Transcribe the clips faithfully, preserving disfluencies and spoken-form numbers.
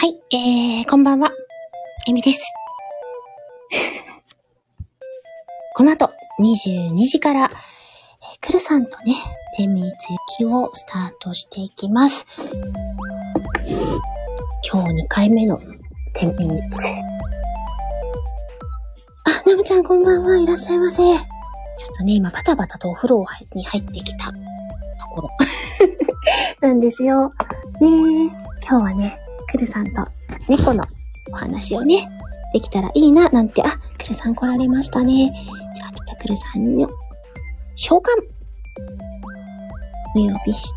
はい、えー、こんばんは。えみです。この後、にじゅうにじから、えー、くるさんとね、天秤つゆきをスタートしていきます。今日にかいめの天秤つ。あ、なむちゃんこんばんは。いらっしゃいませ。ちょっとね、今バタバタとお風呂に入ってきたところなんですよ。ねえ、今日はね、くるさんと猫のお話をね、できたらいいな、なんて、あ、くるさん来られましたね。じゃあ、ちょっとくるさんの召喚お呼びして、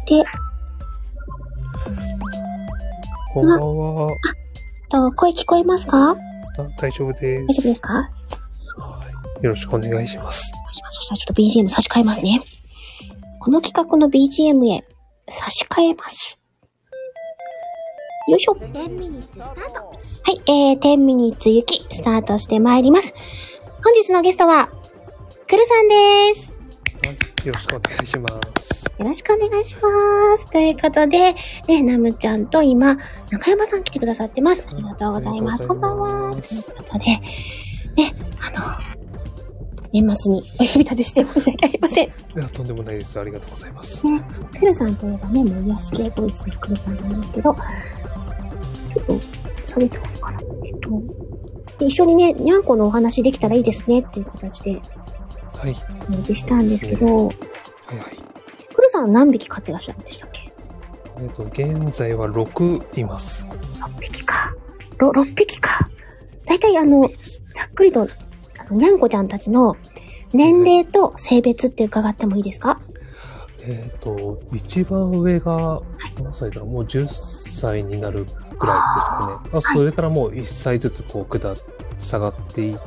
こんばんは。 あ、と、声聞こえますか？あ、 大丈夫です。 大丈夫ですか？はい。 よろしくお願いします。 そしたらちょっと ビージーエム 差し替えますね。この企画の ビージーエム へ差し替えます。よいしょ。じゅうミニッツスタート。はい、えー、じゅうミニッツゆきスタートしてまいります。本日のゲストは、くるさんです。 よろしくお願いします。 よろしくお願いします。ということで、ね、ナムちゃんと今、中山さん来てくださってます。ありがとうございます。こんばんは。ということで、ね、あの、年末にお呼び立てして申し訳ありません。いや、とんでもないです。ありがとうございます。 ね、くるさんといえばね、もう癒し系ボイスのくるさんなんですけど、ちょっと下げておこうかな。えっと、一緒にね、にゃんこのお話できたらいいですねっていう形で、 はい。 お呼びしたんですけど、はいはい。くるさん何匹飼ってらっしゃるんでしたっけ？ えっと、現在はろくいます。 ろっぴきか。ろ、ろっぴきか。だいたいあの、ざっくりと、あの、にゃんこちゃんたちの年齢と性別って伺ってもいいですか？ えっと、一番上が何歳だろう、もうじゅっさいになるくらいですかね。あ、それからもういっさいずつこう下下がっていって、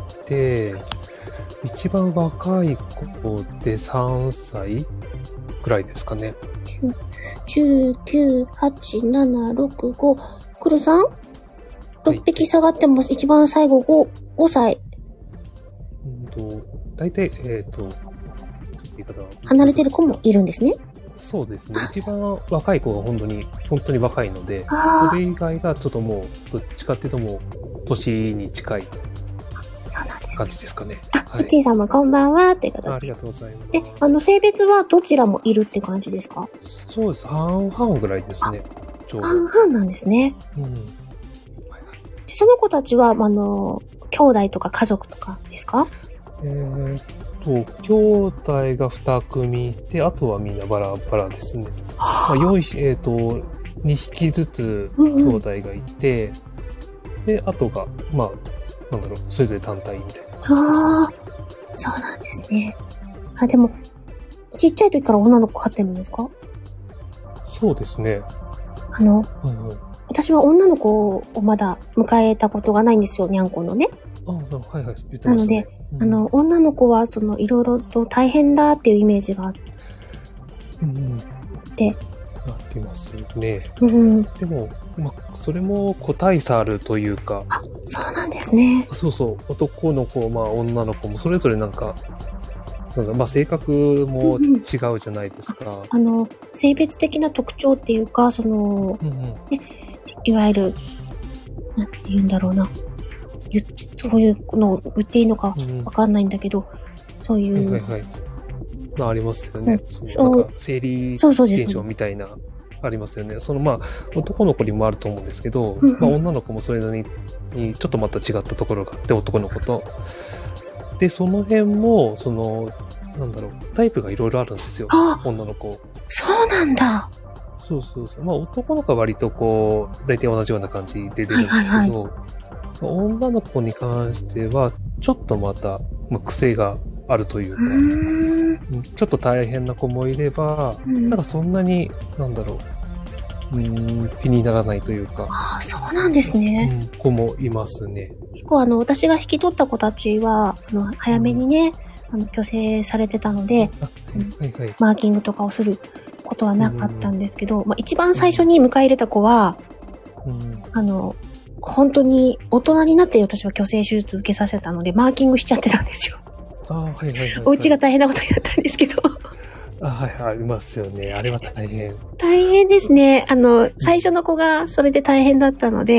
一番若い子でさんさいくらいですかね。 じゅう、きゅう、はち、なな、ろく、ご。くるさん ?ろっ 匹下がっても一番最後ご、ごさい。 うんと、大体、えっと、 離れてる子もいるんですね。 そうですね。一番若い子が本当に、本当に若いので、それ以外がちょっともう、どっちかっていうともう、年に近い感じですかね。 あ、はい、うちーさんもこんばんは、っていうことで。 ありがとうございます。 で、あの、性別はどちらもいるって感じですか？ そうです。半々ぐらいですね。 ちょうど。半々なんですね。うん。はいはい、でその子たちは、あの、兄弟とか家族とかですか？ えーっと、兄弟がに組いて、あとはみんなバラバラですね。まあ、よい、えーっと、にひきずつ兄弟がいて、うんうん、で、あとが、まあ、なんだろう、それぞれ単体みたいな感じです、ね。 ああ、そうなんですね。あ、でも、ちっちゃい時から女の子飼ってるんですか？ そうですね。 あの、はいはい、私は女の子をまだ迎えたことがないんですよ、にゃんこのね。 あ、はいはい、言ってましたね。 なので、うん、あの、女の子は、その、いろいろと大変だっていうイメージがあって、うん、で、 ありますね。 うん、 でも、まあ、それも個体差あるというか。 あ、そうなんですね。 そうそう。男の子、まあ女の子もそれぞれなんか、なんかまあ性格も違うじゃないですか。うんうん、 あの、性別的な特徴っていうか、その、うんうんね、いわゆる、なんて言うんだろうな。そういうのを言っていいのかわかんないんだけど、うん、そういう。 はいはいはい。まあありますよね。うん、そのなんか生理現象みたいな。ありますよね。そのまあ男の子にもあると思うんですけど、うんうん、まあ女の子もそれなりにちょっとまた違ったところがあって男の子と。で、その辺も、その、なんだろう、タイプがいろいろあるんですよ。女の子。 そうなんだ。 そうそうそう。まあ男の子は割とこう、大体同じような感じで出るんですけど、はいはいはい、女の子に関しては、ちょっとまた、まあ、癖があるというか、うちょっと大変な子もいれば、うん、なんかそんなに、なんだろう、うーん、気にならないというか。 ああ、そうなんですね。 うん、子もいますね。 結構あの、私が引き取った子たちは、あの、早めにね、うん、あの、虚勢されてたので、はいはい、マーキングとかをすることはなかったんですけど、うん、まあ、一番最初に迎え入れた子は、うん、あの、本当に大人になって私は虚勢手術受けさせたので、マーキングしちゃってたんですよ。 ああ、はいはいはい、はい。 お家が大変なことになったんですけど。 あ、はいはい、ありますよね。あれは大変。 大変ですね。あの、最初の子がそれで大変だったので、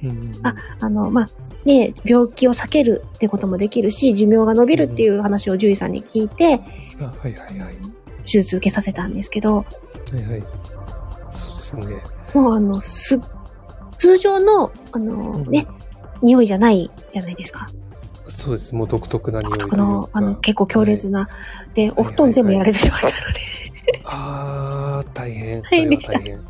うんうん、 あ、あの、まあ、ね、病気を避けるってこともできるし、寿命が伸びるっていう話を獣医さんに聞いて、 うん、あ、はいはいはい。 手術受けさせたんですけど、 はいはい。そうですね。 もうあの、す、通常の、あの、うん、ね、匂いじゃないじゃないですか。 そうです。もう独特な匂いというか。 独特の、あの、結構強烈な。はい、で、お布団全部やられてしまったので。はいはいはい、あー、大変。それは大変。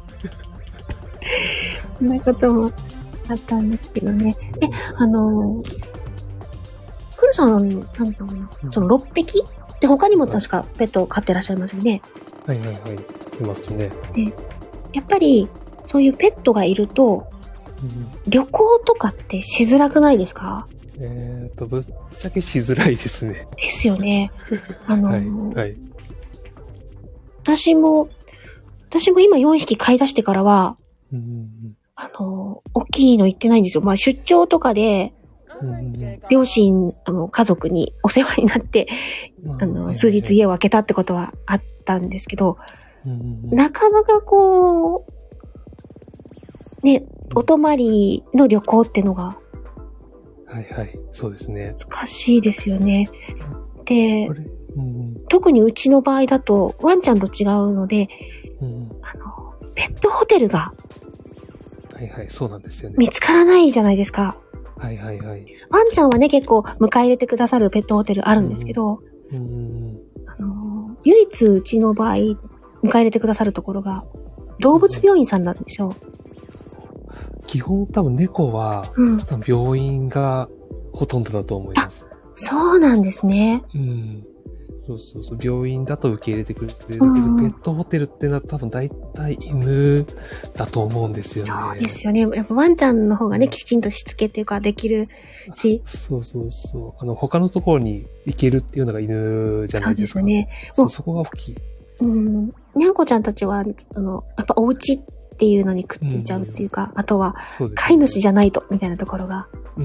そんなこともあったんですけどね。で、あの、クルさん、なんだろうな、そのろっぴきで、他にも確かペットを飼ってらっしゃいますよね。 はいはいはい。いますね。 で、やっぱり、そういうペットがいると、うん、旅行とかってしづらくないですか？ えーと、ぶっちゃけしづらいですね。 ですよね。あの、 はいはい、 私も、私も今よんひき飼い出してからは、 うん、 あの、大きいの行ってないんですよ。まあ出張とかで、うん、両親、あの、家族にお世話になって、うん、あの、数日家を空けたってことはあったんですけど、うん、なかなかこう、ね、お泊まりの旅行ってのが、 はいはい、そうですね。 難しいですよね。で、 うん、 特にうちの場合だと、ワンちゃんと違うので、うん、あの、ペットホテルが、 はいはい、そうなんですよね。 見つからないじゃないですか。 はいはいはい。 ワンちゃんはね、結構迎え入れてくださるペットホテルあるんですけど、うんうん、あの、唯一うちの場合、迎え入れてくださるところが、動物病院さんなんですよ。 基本多分猫は、うん、多分病院がほとんどだと思います。 そうなんですね。 うん。そうそうそう。病院だと受け入れてくれるけど、うん、ペットホテルってのは多分大体犬だと思うんですよね。 そうですよね。やっぱワンちゃんの方がね、きちんとしつけっていうかできるし。 そうそうそう。あの、他のところに行けるっていうのが犬じゃないですか。 そうですね。 そう、そこが大きい。 うん。にゃんこちゃんたちは、あの、やっぱお家っていうのにくっついちゃうっていうか、うん、あとは、飼い主じゃないと、みたいなところが。 うん、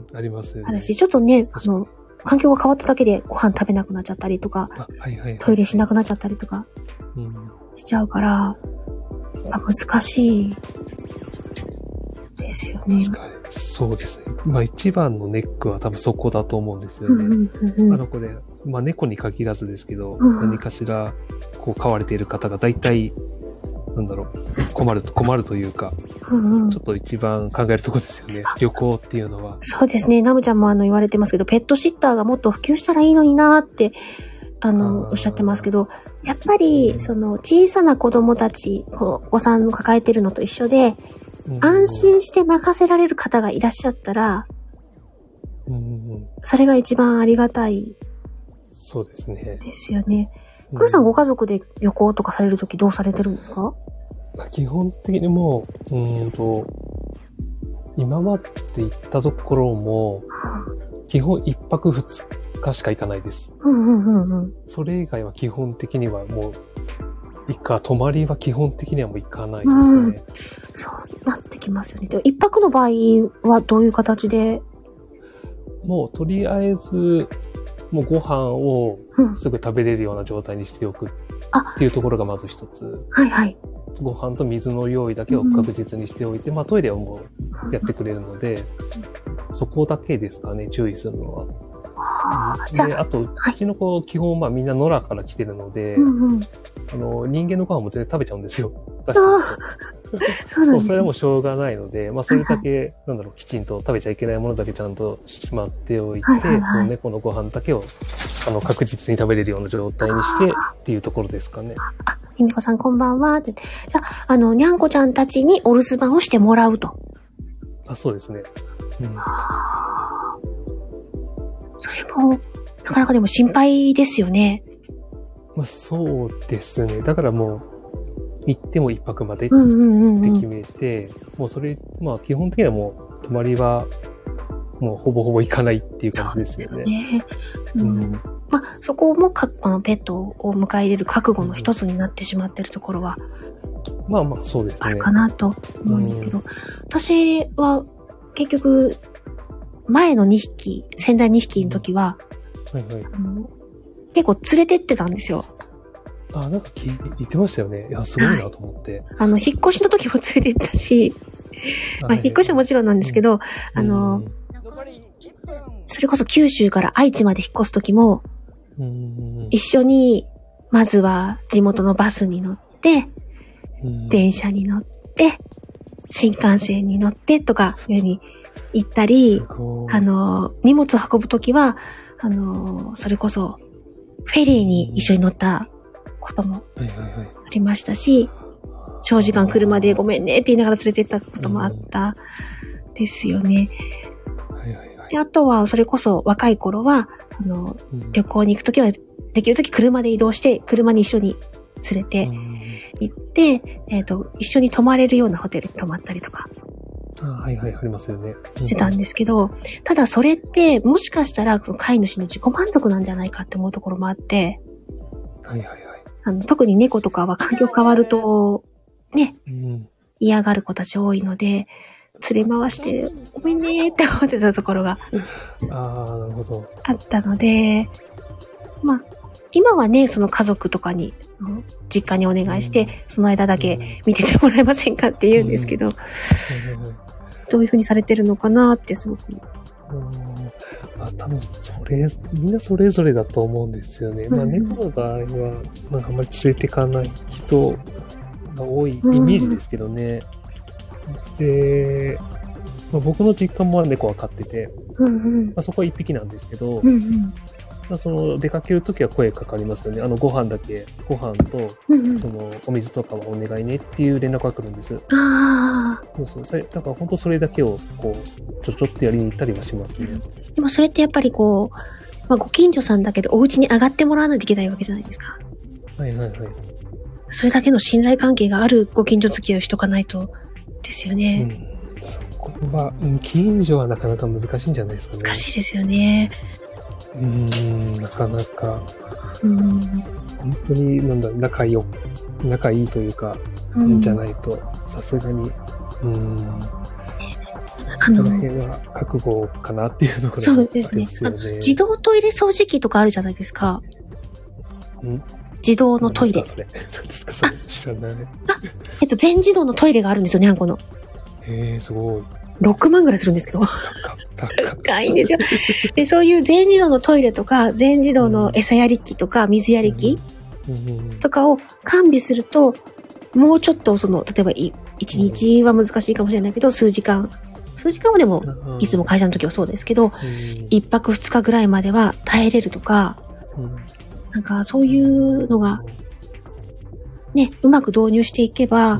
ありますよね。 あるし、ちょっとね、あの、環境が変わっただけでご飯食べなくなっちゃったりとか、 はいはいはい、 トイレしなくなっちゃったりとか、しちゃうから、難しいですよね。 確かに。そうですね。まあ一番のネックは多分そこだと思うんですよね。うんうんうん、あのこれ、まあ猫に限らずですけど、うん、何かしらこう飼われている方が大体、なんだろう、困る、困るというか、うんうん、ちょっと一番考えるところですよね。旅行っていうのは。 そうですね。ナムちゃんもあの言われてますけど、ペットシッターがもっと普及したらいいのになーって、あの、おっしゃってますけど、やっぱり、その、小さな子供たち、お子さんを抱えてるのと一緒で、うん、安心して任せられる方がいらっしゃったら、うん、それが一番ありがたい。 そうですね。 ですよね。クルさんご家族で旅行とかされるときどうされてるんですか？ 基本的にもう、うーんと、今まで行ったところも、基本一泊二日しか行かないです。 うんうんうんうん。 それ以外は基本的にはもう、行か、泊まりは基本的にはもう行かないですね。うん、 そうなってきますよね。でも一泊の場合はどういう形で？ もうとりあえず、もうご飯をすぐ食べれるような状態にしておくっていうところがまず一つ。 はいはい。 ご飯と水の用意だけを確実にしておいて、うん、まあトイレはもうやってくれるので、うん、そこだけですかね、注意するのは。 はあ、 で、じゃあ、あと、うちの子、基本まあみんな野良から来てるので、 うんうん、 あの、人間のご飯も全然食べちゃうんですよ。 そうなんですね。 それはもうしょうがないので、まあそれだけ、なんだろう、きちんと食べちゃいけないものだけちゃんとしまっておいて、はいはいはい、猫のご飯だけを、あの、確実に食べれるような状態にしてっていうところですかね。 あ、ひみこさんこんばんはって。じゃあ、あの、にゃんこちゃんたちにお留守番をしてもらうと。 あ、そうですね。うん、 それも、なかなかでも心配ですよね。 まあそうですね。だからもう、行っても一泊までって決めて、もうそれ、まあ基本的にはもう泊まりはもうほぼほぼ行かないっていう感じですよね。 そうですよね。その、うん、まあそこもかあのペットを迎え入れる覚悟の一つになってしまっているところは、 うん、まあまあそうですね。 あるかなと思うんですけど、うん、私は結局前のにひき、先代にひきの時は、 はいはい、 あの結構連れてってたんですよ。 あ、なんか聞いてましたよね。いや、すごいなと思って。 はい、あの、引っ越しの時も連れて行ったし、 まあ、引っ越しはもちろんなんですけど、うん、あの、それこそ九州から愛知まで引っ越すときも、うん、一緒に、まずは地元のバスに乗って、うん、電車に乗って、新幹線に乗ってとか、いうふうに行ったり、あの、荷物を運ぶときは、あの、それこそ、フェリーに一緒に乗ったこともありましたし、長時間車でごめんねって言いながら連れて行ったこともあったですよね。で、あとは、それこそ若い頃は、あの、旅行に行くときは、できるとき車で移動して、車に一緒に連れて行って、えっと、一緒に泊まれるようなホテルに泊まったりとか。 あ、はいはい、ありますよね。 してたんですけど、ただそれって、もしかしたら、飼い主の自己満足なんじゃないかって思うところもあって、 はいはいはい。 あの、特に猫とかは環境変わると、ね、うん、嫌がる子たち多いので、連れ回して、ごめんねーって思ってたところが、 ああ、なるほど。 あったので、まあ、今はね、その家族とかに、実家にお願いして、うん、その間だけ見ててもらえませんかって言うんですけど、うん、どういう風にされてるのかなってすごく。 うん、まあ、多分、それ、みんなそれぞれだと思うんですよね。うん、まあ、猫の場合は、なんかあんまり連れていかない人が多いイメージですけどね。うん、で、まあ、僕の実家も猫は飼ってて、うんうん、まあ、そこは一匹なんですけど、うんうん、まあ、その出かけるときは声かかりますよね。あのご飯だけ、ご飯と、うんうん、そのお水とかはお願いねっていう連絡が来るんです。ああ。そうそう。だから本当それだけをこうちょちょってやりに行ったりはしますね。 でもそれってやっぱりこう、まあ、ご近所さんだけどお家に上がってもらわないといけないわけじゃないですか。 はいはいはい。 それだけの信頼関係があるご近所付き合いをしとかないとですよね。 うん、そこは、うん、近所はなかなか難しいんじゃないですかね。 難しいですよね。 うーん、なかなか、うん、本当になんだ仲よ仲いいというか、うん、じゃないとさすがに、うん、そこら辺は覚悟かなっていうところがあるんですよね。そうですね。 自動トイレ掃除機とかあるじゃないですか。 ん自動のトイレ。 何ですかそれ。何ですかそれ。知らない。あ、 えっと全自動のトイレがあるんですよ、にゃんこの。 へえ、すごい。 ろくまんぐらいするんですけど。高いんですよ。で、そういう全自動のトイレとか、全自動の餌やり機とか、水やり機とかを完備すると、もうちょっとその、例えばいちにちは難しいかもしれないけど、数時間、数時間はでも、いつも会社の時はそうですけど、いっぱくふつかぐらいまでは耐えれるとか、なんかそういうのが、ね、うまく導入していけば、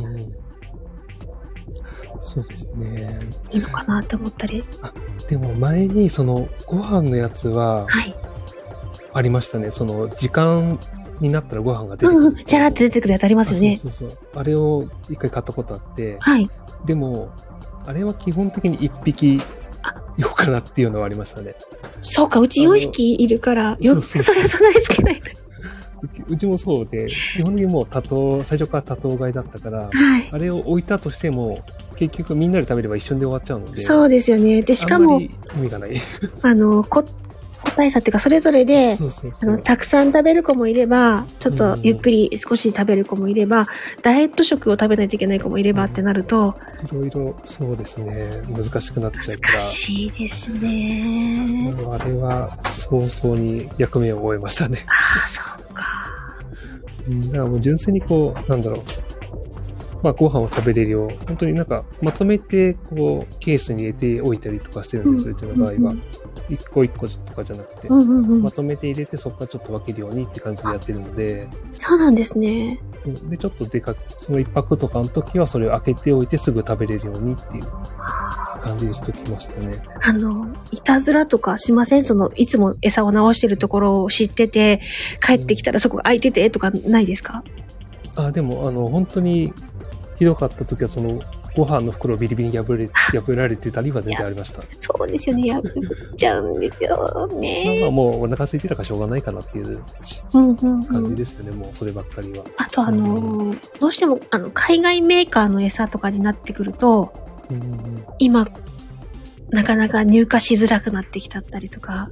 そうですね。 いいのかなって思ったり。 あ、でも前にそのご飯のやつは、はい。ありましたね。その時間になったらご飯が出てくる。うん、 じゃらって出てくるやつありますよね。 そうそうそう。あれを一回買ったことあって。 はい。 でも、あれは基本的に一匹ようかなっていうのはありましたね。 そうか、うちよんひきいるから、よっつそれは備え付けないと。 うちもそうで、基本的にもう多頭、最初から多頭飼いだったから、はい、あれを置いたとしても、結局みんなで食べれば一瞬で終わっちゃうので。 そうですよね。で、しかも、 意味がない。 あの、こ、個体差っていうか、それぞれで、そうそうそう、あの、たくさん食べる子もいれば、ちょっとゆっくり少し食べる子もいれば、うん、ダイエット食を食べないといけない子もいればってなると、 いろいろ、そうですね、難しくなっちゃうから。 難しいですね。 あれは、早々に役目を終えましたね。 ああ、そうか。 だからもう純粋にこう、なんだろう。まあご飯を食べれるよう、本当になんかまとめてこうケースに入れておいたりとかしてるんですよ、うちの場合は。一個一個とかじゃなくて、うんうんうん、まとめて入れてそこからちょっと分けるようにって感じでやってるので。 そうなんですね。 で、ちょっとでかく、その一泊とかの時はそれを開けておいてすぐ食べれるようにっていう感じにしときましたね。 あの、いたずらとかしません？その、いつも餌を直してるところを知ってて、帰ってきたらそこが開いててとかないですか？ うん、あ、でも、あの、本当にひどかった時はその、ご飯の袋をビリビリに破れ、破られてたりは全然ありました。 そうですよね。破っちゃうんですよね。 まあまあもうお腹空いてたからしょうがないかなっていう感じですよね。うんうんうん、もうそればっかりは。 あとあのーうん、どうしてもあの海外メーカーの餌とかになってくると、うんうん、今なかなか入荷しづらくなってきたったりとか。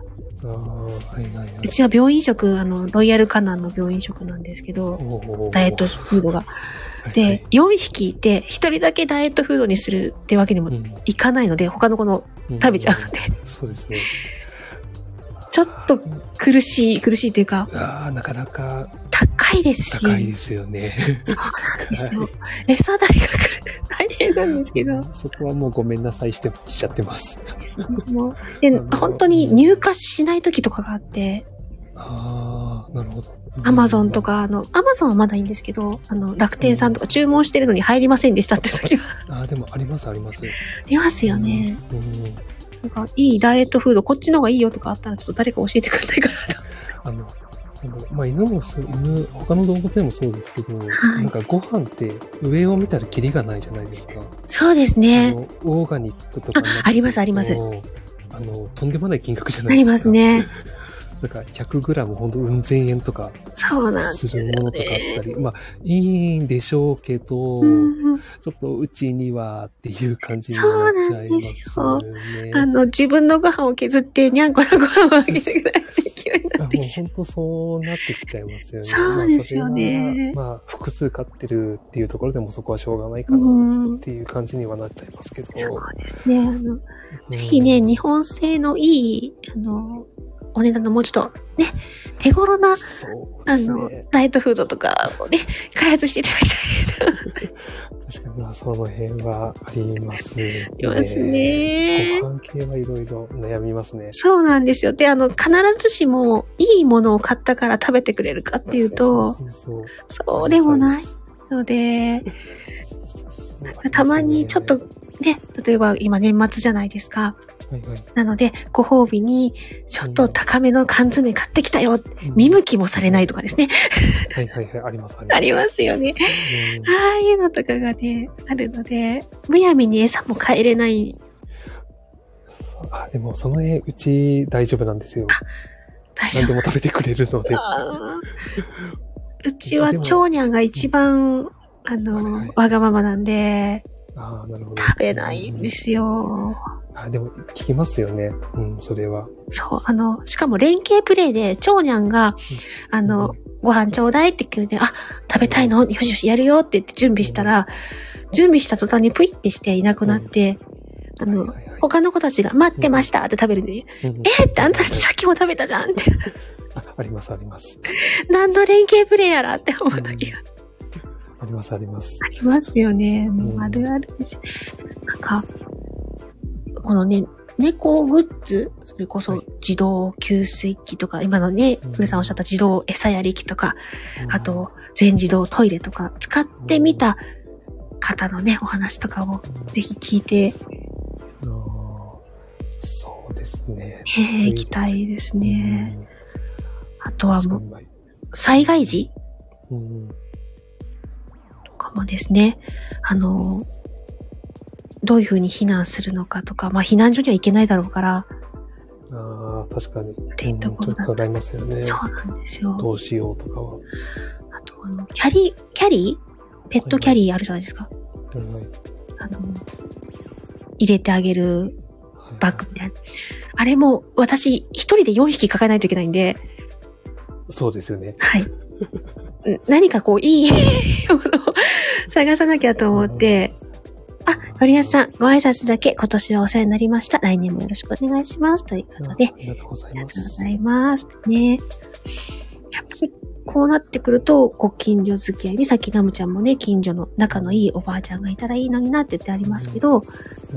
あはいはいはい、 うちは病院食、あの、ロイヤルカナンの病院食なんですけど、ダイエットフードが。で、はいはい、よんひきいて、ひとりだけダイエットフードにするってわけにもいかないので、うん、他の子の食べちゃうので、 うん。そうですね。 ちょっと苦しい、苦しいというか。 ああ、なかなか。 高いですし。 高いですよね。 そうなんですよ。餌代が来る大変なんですけど。 そこはもうごめんなさいしてしちゃってます。 で、本当に入荷しない時とかがあって。 ああ、なるほど。 アマゾンとか、あの、アマゾンはまだいいんですけど、あの、楽天さんとか注文してるのに入りませんでしたっていう時は。 ああ、でもありますあります。ありますよね。うんうんなんか、いいダイエットフード、こっちの方がいいよとかあったら、ちょっと誰か教えてくれないかなと。 あの、まあ、犬もそう、犬、他の動物園もそうですけど、はい、なんかご飯って上を見たらキリがないじゃないですか。 そうですね。 あの、オーガニックとかあ, ありますあります。 あの、とんでもない金額じゃないですか。ありますね。 なんかひゃくグラムほんとうん千円とかそうなんするものとかあったり、まあいいんでしょうけど、うん、ちょっとうちにはっていう感じになっちゃいますよね。 あの自分のご飯を削ってにゃんこのご飯をあげてぐらいの勢いになってきちゃう。 もう本当そうなってきちゃいますよね。 そうですよね。 まあ、まあ、複数飼ってるっていうところでもそこはしょうがないかなっていう感じにはなっちゃいますけど。 うん、そうですね。あの、うん、ぜひね、日本製のいい、あの、お値段のもうちょっとね、手頃な、ね、あの、ダイエットフードとかをね、開発していただきたいな。 確かにまあその辺はありますね。 ありますね。 ご飯系はいろいろ悩みますね。 そうなんですよ。で、あの、必ずしもいいものを買ったから食べてくれるかっていうと、そうそうそう、そうでもないので、なんかたまにちょっとね、例えば今年末じゃないですか。はいはい、なので、ご褒美に、ちょっと高めの缶詰買ってきたよ、うん、見向きもされないとかですね。 はいはいはい、ありますあります。 ありますよね。うん、ああいうのとかがね、あるので、むやみに餌も変えれない。 あ、でもその絵、うち大丈夫なんですよ。大丈夫。何でも食べてくれるので。 うちは長女が一番、あの、はいはい、わがままなんで、 あ、なるほど、 食べないんですよ。 あ、でも聞きますよね。うん、それは。 そう、あの、しかも連携プレイで、長男が、うん、あの、うん、ご飯ちょうだいって言って、あ、食べたいの、うん、よしよし、やるよって言って準備したら、うん、準備した途端にプイってしていなくなって、うん、あの、はいはいはい、他の子たちが待ってましたって食べるんで、うん、えー、ってあんたたちさっきも食べたじゃんって。 あ、ありますあります。 何の連携プレイやらって思う時が。 ありますあります。 ありますよね。もうあるあるですよ。なんか、このね、猫グッズ、それこそ自動給水器とか、はい、今のね、プレさんおっしゃった自動餌やり機とか、うん、あと全自動トイレとか使ってみた方のね、お話とかをぜひ聞いて、 うん、そうですね。 えー、行きたいですね。うん、あとはもう、災害時、うん、とかもですね、あの、どういうふうに避難するのかとか、まあ避難所には行けないだろうから。 ああ、確かに。 っていうところだった、 うん、ちょっと伺いますよね。 そうなんですよ。 どうしようとかは。 あと、あの、キャリー、キャリーペットキャリーあるじゃないですか。はいはい、あの、入れてあげるバッグみたいな。はいはい、あれも、私、一人でよんひき抱えないといけないんで。 そうですよね。 はい。何かこう、いいものを探さなきゃと思って、あ、のりやさん、ご挨拶だけ、今年はお世話になりました。来年もよろしくお願いします。ということで。 ありがとうございます。 ありがとうございます。ね。やっぱり、こうなってくると、ご近所付き合いに、さっきナムちゃんもね、近所の仲のいいおばあちゃんがいたらいいのになって言ってありますけど、うん、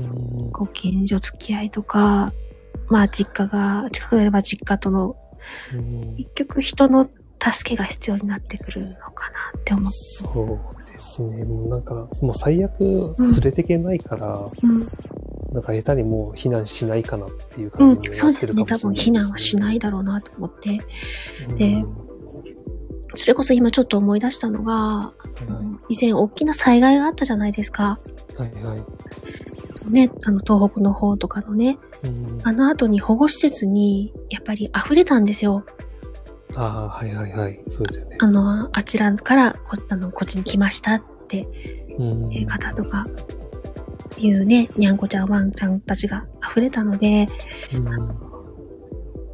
ご近所付き合いとか、まあ、実家が、近くであれば実家との、うん、結局人の助けが必要になってくるのかなって思って。 そうですね。もうなんか、もう最悪連れてけないから、うんうん、なんか下手にもう避難しないかなっていう感じになってるかもしれないですね。 うん、そうですね。多分避難はしないだろうなと思って。で、うん、それこそ今ちょっと思い出したのが、はいはい、以前大きな災害があったじゃないですか。 はいはい。 ね、あの東北の方とかのね、うん、あの後に保護施設にやっぱり溢れたんですよ。 ああ、はいはいはい。そうですよね。 あの、あちらからこ、あのこっちに来ましたって、うん、いう方とか、いうね、にゃんこちゃん、ワンちゃんたちが溢れたので、うん、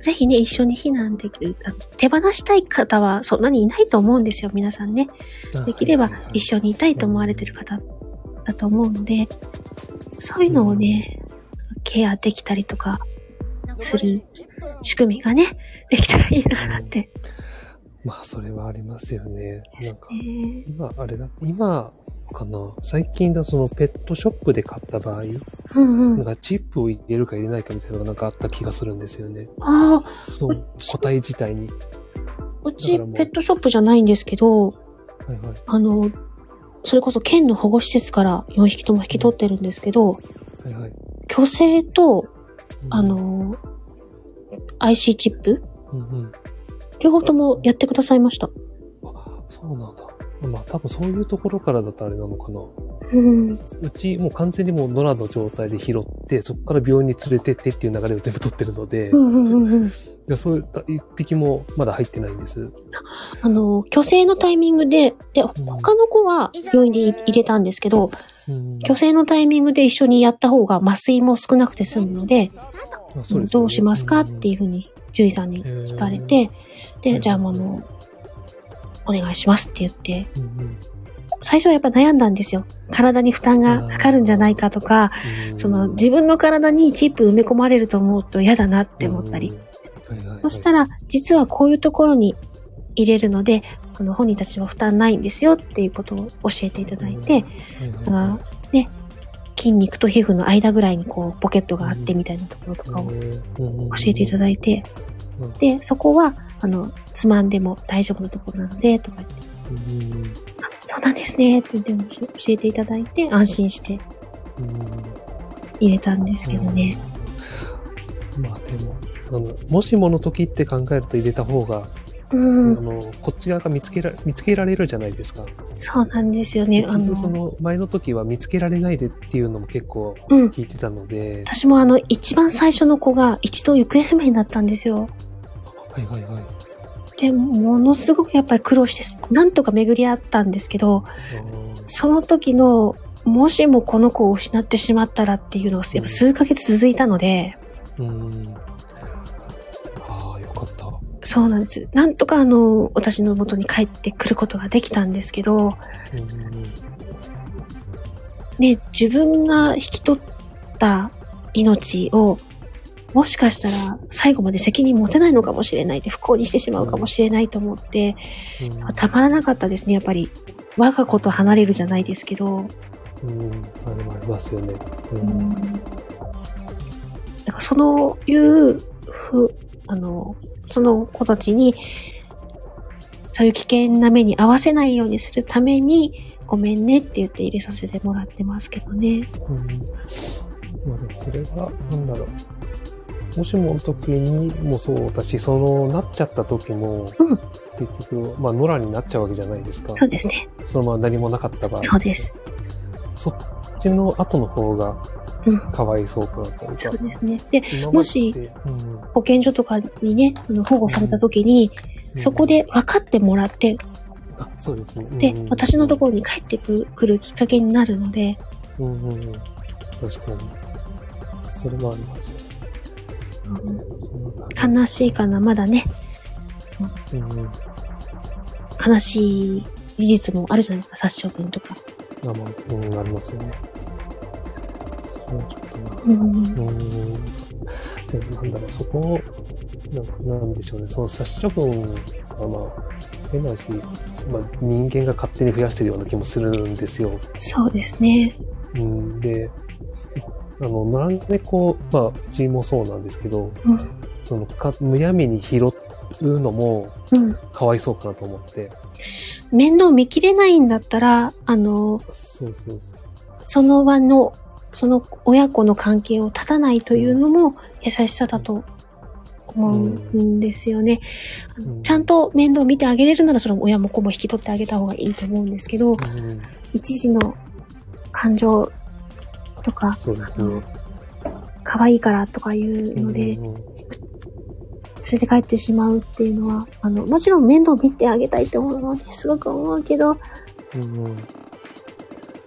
ぜひね、一緒に避難できる、手放したい方はそんなにいないと思うんですよ、皆さんね。できれば一緒にいたいと思われてる方だと思うので、そういうのをね、ケアできたりとかする仕組みがね、できたらいいなって。 うん、まあ、それはありますよね。なんか、今、あれだ、今かな、最近だ、そのペットショップで買った場合、うんうん、なんかチップを入れるか入れないかみたいなのがなんかあった気がするんですよね。 ああ。その個体自体に。 うち、ペットショップじゃないんですけど、はいはい、あの、それこそ県の保護施設からよんひきとも引き取ってるんですけど、はいはい、去勢と、うん、あの、アイシー チップ、うんうん、両方ともやってくださいました。 あ、そうなんだ。まあ多分そういうところからだとあれなのかな。 うん、 うちもう完全にもう野良の状態で拾って、そこから病院に連れてってっていう流れを全部取ってるので、 うんうんうんうん、いやそういった一匹もまだ入ってないんです。 あの、去勢のタイミングで、で、他の子は病院で入れたんですけど、うん、去勢のタイミングで一緒にやった方が麻酔も少なくて済むので、あ、そうですね、どうしますかっていうふうに獣医さんに聞かれて、で、じゃあもうあの、お願いしますって言って、うんうん、最初はやっぱ悩んだんですよ。体に負担がかかるんじゃないかとか、その自分の体にチップ埋め込まれると思うと嫌だなって思ったり。はいはいはい、そしたら、実はこういうところに入れるので、あの本人たちは負担ないんですよっていうことを教えていただいて、だからね、筋肉と皮膚の間ぐらいにこうポケットがあってみたいなところとかを教えていただいて、で、そこは、あの、つまんでも大丈夫なところなので、とか言って、あ、そうなんですね、って言っても教えていただいて、安心して入れたんですけどね。 まあでも、あの、もしもの時って考えると入れた方が、うん、あのこっち側が見つけら見つけられるじゃないですか。 そうなんですよね。 あのその前の時は見つけられないでっていうのも結構聞いてたので、うん、 私もあの一番最初の子が一度行方不明になったんですよ。 はいはいはい。 でものすごくやっぱり苦労してなんとか巡り合ったんですけど、その時のもしもこの子を失ってしまったらっていうのがやっぱ数ヶ月続いたので、 うん、うんああよかった。 そうなんです。なんとかあの、私の元に帰ってくることができたんですけど、うん、ね、自分が引き取った命を、もしかしたら最後まで責任持てないのかもしれないって不幸にしてしまうかもしれないと思って、うん、たまらなかったですね。やっぱり、我が子と離れるじゃないですけど。うん、 あでもありますよね。うん。うん、 なんかそういうふ、あの、その子たちに、そういう危険な目に合わせないようにするために、ごめんねって言って入れさせてもらってますけどね。 うん。まあでもそれは、なんだろう。もしもの時にもそうだし、その、なっちゃった時も、うん、結局、まあ、野良になっちゃうわけじゃないですか。 そうですね。 そのまま何もなかった場合。 そうです。 そっちの後の方が、かわいそうかなと、うん。 そうですね。で、もし、うん、保健所とかにね、あの保護された時に、うん、そこで分かってもらって、 あ、そうですね。 で、うん、私のところに帰ってくるきっかけになるので。 うんうんうん。確かに。それもありますよ。 うん、悲しいかな、まだね。うんうん、悲しい事実もあるじゃないですか、殺処分とか。 あ、まあ、うん、ありますよね。それはちょっとな。うん。うん。でもなんだろう、そこ、なんかなんでしょうね。その殺処分はまあ、変なし、まあ人間が勝手に増やしてるような気もするんですよ。 そうですね。 うん。で、あの、野良猫、まあ、うちもそうなんですけど、うん、そのか、むやみに拾うのも、かわいそうかなと思って。 うん、面倒見きれないんだったら、あの、 そうそうそう。 その場の、その親子の関係を断たないというのも優しさだと思うんですよね。うん、ちゃんと面倒見てあげれるなら、その親も子も引き取ってあげた方がいいと思うんですけど、うん、一時の感情とか、そうですね、可愛いからとかいうので、うんうん、連れて帰ってしまうっていうのは、あの、もちろん面倒見てあげたいって思うのですごく思うけど、うんうん、と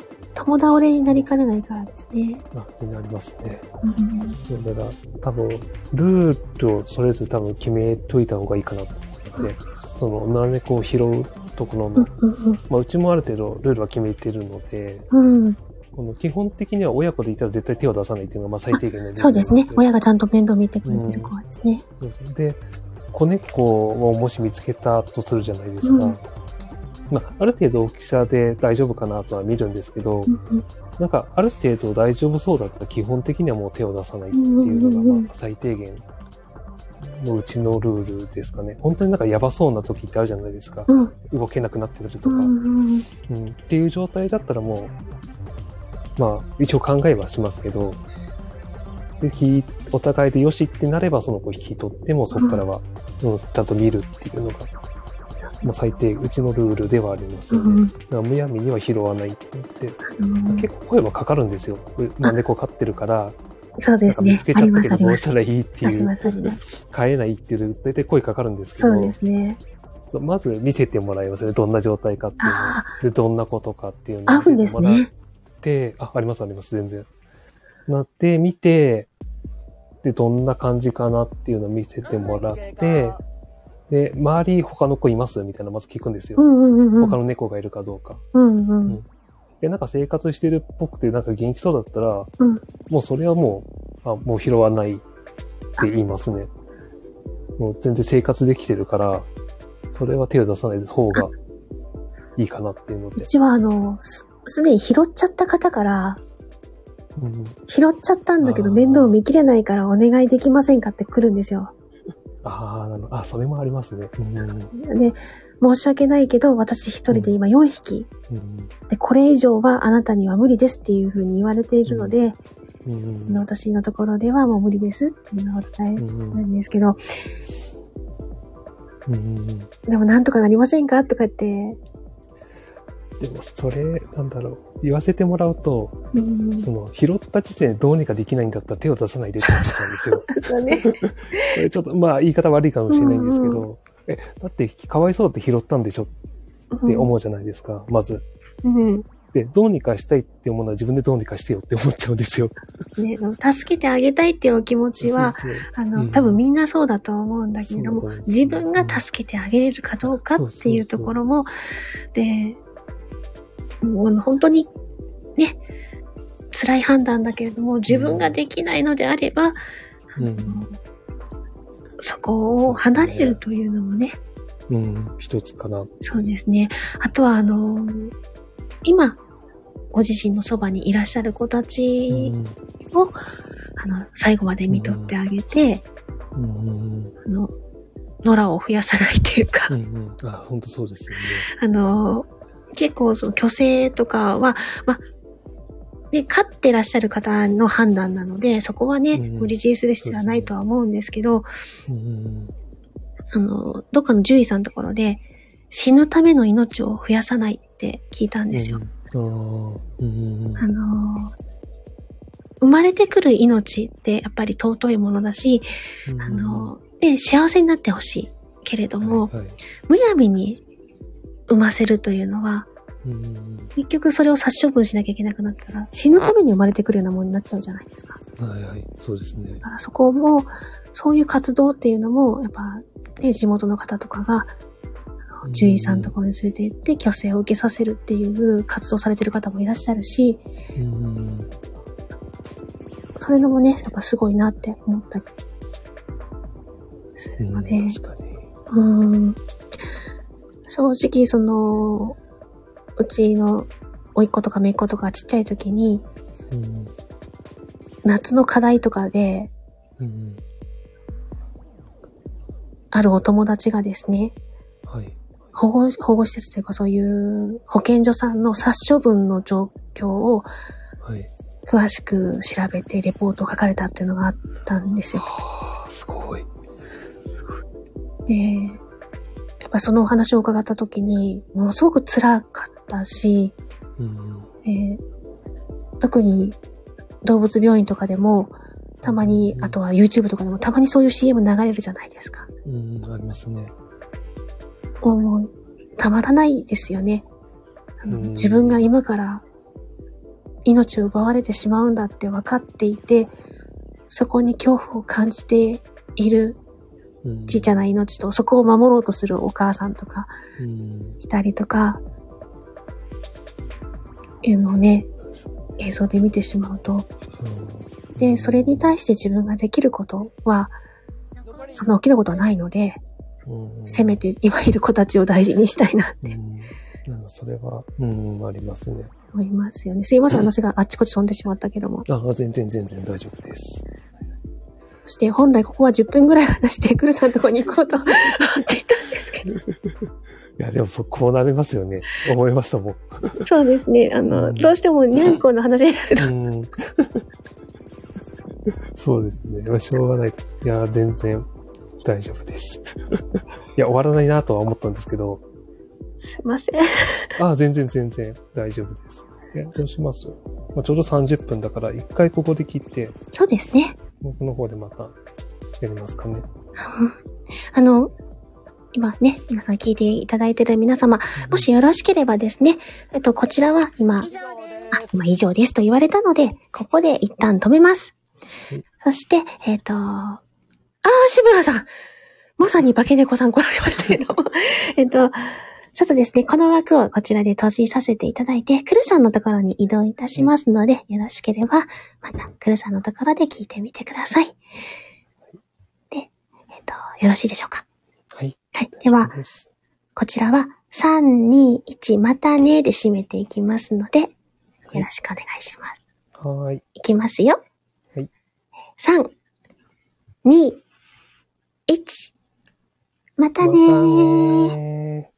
共倒れになりかねないからですね。 あ、全然ありますね。 うん、 それが多分、ルールをそれぞれ多分決めといた方がいいかなと思って、その、野良猫を拾うところの、 うんうんうん、 まあ、うちもある程度ルールは決めてるので、 うん、 この基本的には親子でいたら絶対手を出さないっていうのがまあ最低限のルール。 そうですね。親がちゃんと面倒見てくれてる子はですね。 うん、で、子猫をもし見つけたとするじゃないですか。うん、まあ、ある程度大きさで大丈夫かなとは見るんですけど、うんうん、なんかある程度大丈夫そうだったら基本的にはもう手を出さないっていうのがまあ最低限のうちのルールですかね。本当になんかやばそうな時ってあるじゃないですか。うん、動けなくなってるとか、うんうんうん、っていう状態だったらもう、まあ一応考えはしますけど、でお互いでよしってなればその子引き取ってもそこからは、うん、ちゃんと見るっていうのが、まあ、最低うちのルールではありますよね。うん、だからむやみには拾わないって言って、うん、結構声はかかるんですよ。まあ、猫飼ってるから。 そうですね。 見つけちゃったけどどうしたらいいっていう。 ね、 飼えないっていう、大体声かかるんですけど。 そうですね。 まず見せてもらいますよね。どんな状態かっていうので、どんなことかっていうのを見せてもらって。 あ、ありますあります、全然。なって、見て、で、どんな感じかなっていうのを見せてもらって、で、周り他の子いますみたいなまず聞くんですよ。 うんうんうん、 他の猫がいるかどうか。 うんうんうん、 で、なんか生活してるっぽくて、なんか元気そうだったら、 うん、 もうそれはもう、あ、もう拾わないって言いますね。もう全然生活できてるから、それは手を出さない方がいいかなっていうので。 うちはあの、す、すでに拾っちゃった方から、 うん、 拾っちゃったんだけど面倒を見きれないからお願いできませんかって来るんですよ。 ああ、なるほど。あ、それもありますね。うん、 で、申し訳ないけど、私一人で今よんひき、うんうん。で、これ以上はあなたには無理ですっていうふうに言われているので、うんうん、私のところではもう無理ですっていうのをお伝えするんですけど、 うんうん、 でもなんとかなりませんかとか言って、 でもそれなんだろう言わせてもらうと、 うん、 その拾った時点でどうにかできないんだったら手を出さないでって言ったんですよ。 そうね。 これちょっとまあ言い方悪いかもしれないんですけど、うんうん、えだってかわいそうって拾ったんでしょって思うじゃないですか、うん、まず。 うん、 でどうにかしたいって思うのは自分でどうにかしてよって思っちゃうんですよ。 ね、助けてあげたいっていうお気持ちは、そうそうあの、うん、多分みんなそうだと思うんだけれども、自分が助けてあげれるかどうかっていうところも、で。もう本当にね、辛い判断だけれども、自分ができないのであれば、うん、そこを離れるというのもね。 うん、一つかな。 そうですね。あとは、あの、今、ご自身のそばにいらっしゃる子たちを、うん、あの、最後まで見とってあげて、 うんうん、 あの、野良を増やさないというか。 うんうん、あ、本当そうですよね。 あの、結構その虚勢とかは、まあ、ね、飼ってらっしゃる方の判断なので、そこはね、うん、無理強いする必要はないとは思うんですけど、 うん、 あの、どっかの獣医さんのところで、死ぬための命を増やさないって聞いたんですよ。 うんうん、 あの、生まれてくる命ってやっぱり尊いものだし、うん、あの、で、幸せになってほしいけれども、 はいはい、 むやみに産ませるというのは、 うん、 結局それを殺処分しなきゃいけなくなったら、死ぬために生まれてくるようなものになっちゃうじゃないですか。 はいはい、そうですね。 だからそこも、そういう活動っていうのも、やっぱ、ね、地元の方とかが、獣医さんのところに連れて行って、虚勢を受けさせるっていう活動されてる方もいらっしゃるし、 うん、 そういうのもね、やっぱすごいなって思ったりするので、 うん、確かに。 うん、正直、その、うちの甥っ子とか姪っ子とかちっちゃい時に、 うん、 夏の課題とかで、 うん、 あるお友達がですね、 はい、 保護、保護施設というかそういう保健所さんの殺処分の状況を詳しく調べてレポートを書かれたっていうのがあったんですよ。 はあ、すごい。すごい。 で、やっぱそのお話を伺った時に、ものすごく辛かったし、 うんえー、特に動物病院とかでも、たまに、うん、あとは YouTube とかでもたまにそういう シーエム 流れるじゃないですか。 うん、ありますね。 もう、たまらないですよね。あの、うん、自分が今から命を奪われてしまうんだって分かっていて、そこに恐怖を感じているちっちゃな命と、そこを守ろうとするお母さんとか、いたりとか、いうのをね、映像で見てしまうと、で、それに対して自分ができることは、そんな大きなことはないので、せめて今いる子たちを大事にしたいなって。 なんかそれは、うん、ありますね。 思いますよね。すいません、私があっちこっち飛んでしまったけども。 あ、全然全然大丈夫です。 そして本来ここはじゅっぷんぐらい話して、クルさんのとこに行こうと思っていたんですけど。いや、でもそ、こうなりますよね。思いましたもん。 そうですね。あの、うん、どうしてもにゃんこの話になると。 うんそうですね。まあ、しょうがない。いや、全然大丈夫です。いや、終わらないなとは思ったんですけど。 すいません。 ああ、全然全然大丈夫です。いや、どうします？まあ、ちょうどさんじゅっぷんだから、一回ここで切って。 そうですね。 僕の方でまたやりますかね。 あの、今ね、皆さん聞いていただいている皆様、うん、もしよろしければですね、えっと、こちらは今、あ、今以上ですと言われたので、ここで一旦止めます。うん、そして、えっと、あー、志村さんまさに化け猫さん来られましたけど、えっと、ちょっとですね、この枠をこちらで閉じさせていただいて、クルさんのところに移動いたしますので、よろしければ、またクルさんのところで聞いてみてください。で、えっと、よろしいでしょうか？ はい。 はい。では、こちらはさん、に、いち、またねで締めていきますので、よろしくお願いします。 はい。 いきますよ。 はい。 さん、に、いち、またねー。 またねー。